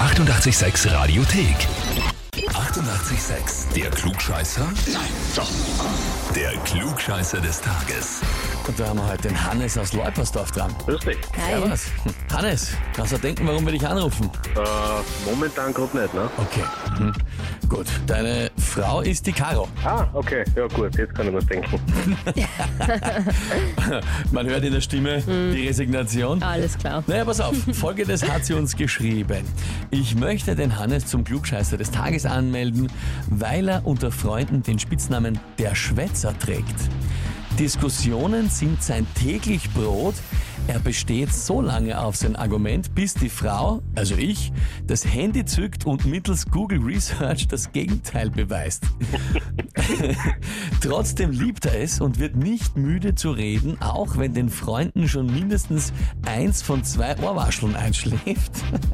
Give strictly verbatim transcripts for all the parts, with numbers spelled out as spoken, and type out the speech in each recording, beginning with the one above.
achtundachtzig Komma sechs Radiothek. achtundachtzig Komma sechs. Der Klugscheißer? Nein, doch. Der Klugscheißer des Tages. Und da haben wir heute den Hannes aus Leupersdorf dran. Grüß dich. Hi. Servus. Hannes, kannst du denken, warum wir dich anrufen? Äh, momentan gerade nicht, ne? Okay. Mhm. Gut, deine Frau ist die Caro. Ah, okay. Ja gut, jetzt kann ich was denken. Man hört in der Stimme die Resignation. Alles klar. Naja, pass auf, Folgendes hat sie uns geschrieben. Ich möchte den Hannes zum Klugscheißer des Tages anmelden, weil er unter Freunden den Spitznamen der Schwätzer trägt. Diskussionen sind sein täglich Brot. Er besteht so lange auf sein Argument, bis die Frau, also ich, das Handy zückt und mittels Google Research das Gegenteil beweist. Trotzdem liebt er es und wird nicht müde zu reden, auch wenn den Freunden schon mindestens eins von zwei Ohrwascheln einschläft.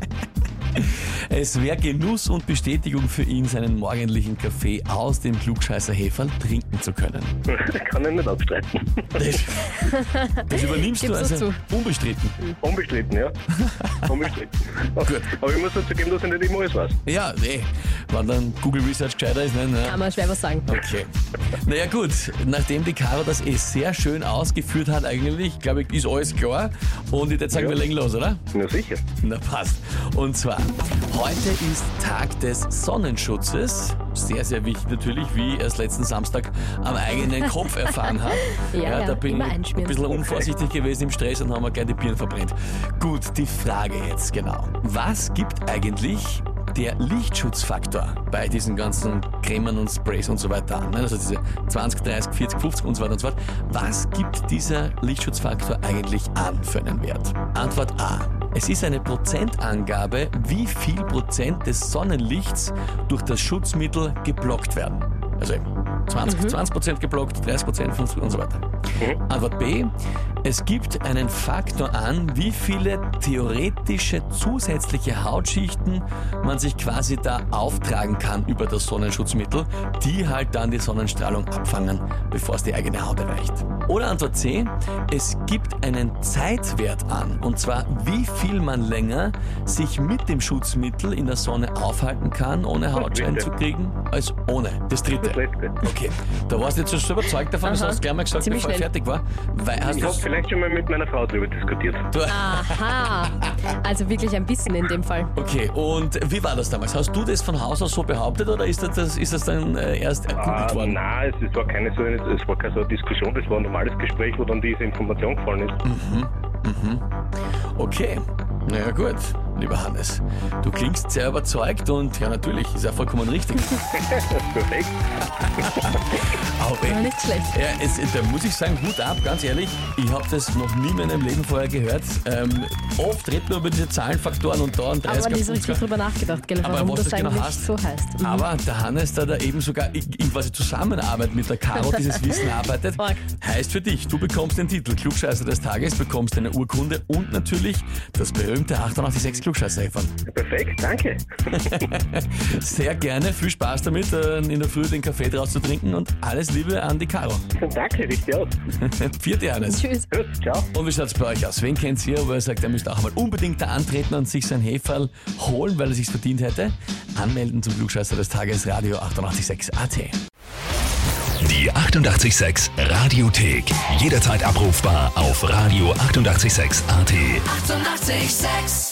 Es wäre Genuss und Bestätigung für ihn, seinen morgendlichen Kaffee aus dem Klugscheißer Heferl trinken zu können. Kann ich nicht abstreiten. Das, das übernimmst Gib's du also so unbestritten. Unbestritten, ja. Unbestritten. Gut. Aber ich muss dazu geben, dass ich nicht immer alles weiß. Ja, nee, wenn dann Google Research gescheiter ist, nein, Kann nein. man schwer was sagen. Okay. Naja gut, nachdem die Caro das eh sehr schön ausgeführt hat eigentlich, glaube ich, ist alles klar. Und ich würde sagen, Ja. wir legen los, oder? Na sicher. Na passt. Und zwar, heute ist Tag des Sonnenschutzes. Sehr, sehr wichtig natürlich, wie erst letzten Samstag am eigenen Kopf erfahren hat. Ja, ja, da bin immer ich ein einschmieren. bisschen unvorsichtig gewesen im Stress und haben wir gleich die Birnen verbrennt. Gut, die Frage jetzt genau. Was gibt eigentlich der Lichtschutzfaktor bei diesen ganzen Cremen und Sprays und so weiter an? Also diese zwanzig, dreißig, vierzig, fünfzig und so weiter und so fort. Was gibt dieser Lichtschutzfaktor eigentlich an für einen Wert? Antwort A. Es ist eine Prozentangabe, wie viel Prozent des Sonnenlichts durch das Schutzmittel geblockt werden. Also eben zwanzig, zwanzig Prozent geblockt, dreißig Prozent, fünfzig und so weiter. Antwort B. Es gibt einen Faktor an, wie viele theoretische zusätzliche Hautschichten man sich quasi da auftragen kann über das Sonnenschutzmittel, die halt dann die Sonnenstrahlung abfangen, bevor es die eigene Haut erreicht. Oder Antwort C. Es gibt einen Zeitwert an, und zwar wie viel man länger sich mit dem Schutzmittel in der Sonne aufhalten kann, ohne Hautschein dritte. zu kriegen, als ohne. Das dritte. Das letzte. Okay, da warst du jetzt schon so überzeugt davon, das Aha. hast du gleich mal gesagt, Ziemlich bevor ich schnell. fertig war. Weil hast Ich habe du vielleicht schon mal mit meiner Frau darüber diskutiert. du, Aha. Also wirklich ein bisschen in dem Fall. Okay, und wie war das damals? Hast du das von Haus aus so behauptet oder ist das, ist das dann äh, erst erkundelt Ah, worden? nein, es, es war keine so eine, es war keine so eine Diskussion, das war ein normales Gespräch, wo dann diese Information gefallen ist. Okay, naja gut, lieber Hannes. Du klingst sehr überzeugt und ja natürlich, ist ja vollkommen richtig. Perfekt. Aber Aber nicht schlecht. ja, es, da muss ich sagen, Hut ab, ganz ehrlich, ich habe das noch nie in meinem Leben vorher gehört. Ähm, oft redet man über diese Zahlenfaktoren und da und Aber dreißig, nie so richtig fünfzig. drüber nachgedacht, gell, Aber warum was das das genau eigentlich heißt. so heißt. Mhm. Aber der Hannes, der da eben sogar in, in quasi Zusammenarbeit mit der Caro dieses Wissen erarbeitet, Org. heißt für dich, du bekommst den Titel Klugscheißer des Tages, bekommst eine Urkunde und natürlich das berühmte achtundachtzig Komma sechs Klugscheißer-Häferl. Perfekt, danke. Sehr gerne, viel Spaß damit, äh, in der Früh den Kaffee draus zu trinken und alles Liebe an die Caro. Danke, richtig aus. Vierte Hannes. Tschüss. Gut, ciao. Und wie schaut's bei euch aus? Wen kennt ihr, wo ihr sagt, er müsste auch einmal unbedingt da antreten und sich sein Heferl holen, weil er sich's verdient hätte? Anmelden zum Klugscheißer des Tages, Radio achtundachtzig Komma sechs A T. Die achtundachtzig Komma sechs Radiothek. Jederzeit abrufbar auf Radio achtundachtzig Komma sechs A T. Eighty-eight point six